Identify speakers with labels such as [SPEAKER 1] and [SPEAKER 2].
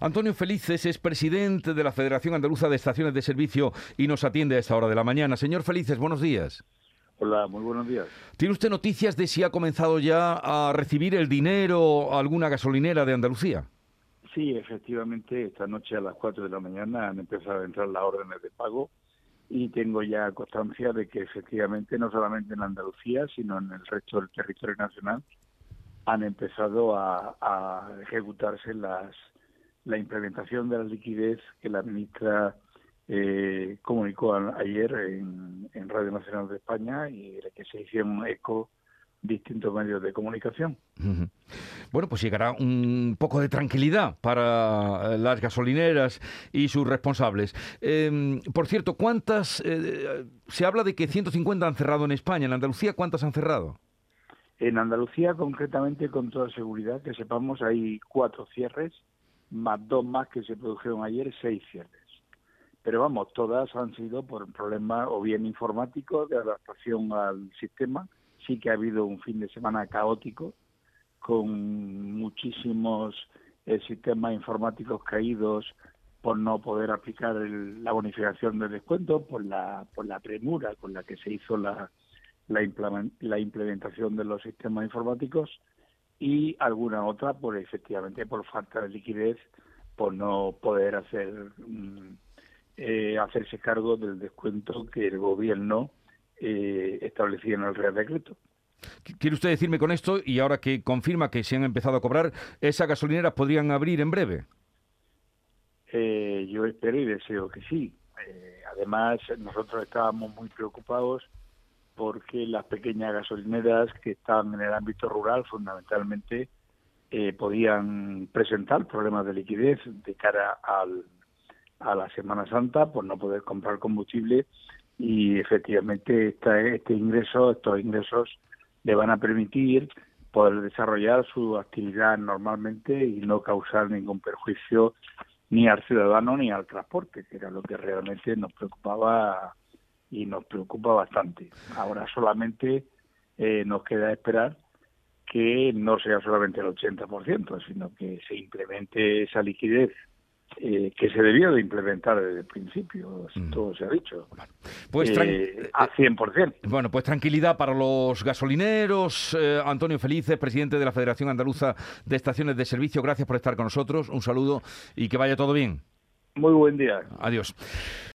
[SPEAKER 1] Antonio Felices es presidente de la Federación Andaluza de Estaciones de Servicio y nos atiende a esta hora de la mañana. Señor Felices, buenos días.
[SPEAKER 2] Hola, muy buenos días.
[SPEAKER 1] ¿Tiene usted noticias de si ha comenzado ya a recibir el dinero alguna gasolinera de Andalucía?
[SPEAKER 2] Sí, efectivamente, esta noche a las 4 de la mañana han empezado a entrar las órdenes de pago y tengo ya constancia de que efectivamente no solamente en Andalucía, sino en el resto del territorio nacional han empezado a ejecutarse la implementación de la liquidez que la ministra comunicó ayer en Radio Nacional de España y de la que se hicieron eco distintos medios de comunicación.
[SPEAKER 1] Uh-huh. Bueno, pues llegará un poco de tranquilidad para las gasolineras y sus responsables. Por cierto, ¿cuántas? Se habla de que 150 han cerrado en España. ¿En Andalucía cuántas han cerrado?
[SPEAKER 2] En Andalucía, concretamente, con toda seguridad, que sepamos, hay 4 cierres, más 2 más que se produjeron ayer, 6 cierres. Pero vamos, todas han sido por problemas o bien informáticos de adaptación al sistema. Sí que ha habido un fin de semana caótico con muchísimos sistemas informáticos caídos por no poder aplicar la bonificación de descuento, por la premura con la que se hizo la implementación de los sistemas informáticos y alguna otra efectivamente por falta de liquidez, por no poder hacerse cargo del descuento que el gobierno establecía en el Real Decreto.
[SPEAKER 1] ¿Quiere usted decirme con esto, y ahora que confirma que se han empezado a cobrar, esas gasolineras podrían abrir en breve?
[SPEAKER 2] Yo espero y deseo que sí. Además, nosotros estábamos muy preocupados porque las pequeñas gasolineras que estaban en el ámbito rural fundamentalmente podían presentar problemas de liquidez de cara a la Semana Santa por no poder comprar combustible y efectivamente estos ingresos le van a permitir poder desarrollar su actividad normalmente y no causar ningún perjuicio ni al ciudadano ni al transporte, que era lo que realmente nos preocupaba y nos preocupa bastante. Ahora solamente nos queda esperar que no sea solamente el 80%, sino que se implemente esa liquidez que se debió de implementar desde el principio, todo se ha dicho,
[SPEAKER 1] pues
[SPEAKER 2] a 100%.
[SPEAKER 1] Bueno, pues tranquilidad para los gasolineros. Antonio Felices, presidente de la Federación Andaluza de Estaciones de Servicio, gracias por estar con nosotros, un saludo y que vaya todo bien.
[SPEAKER 2] Muy buen día.
[SPEAKER 1] Adiós.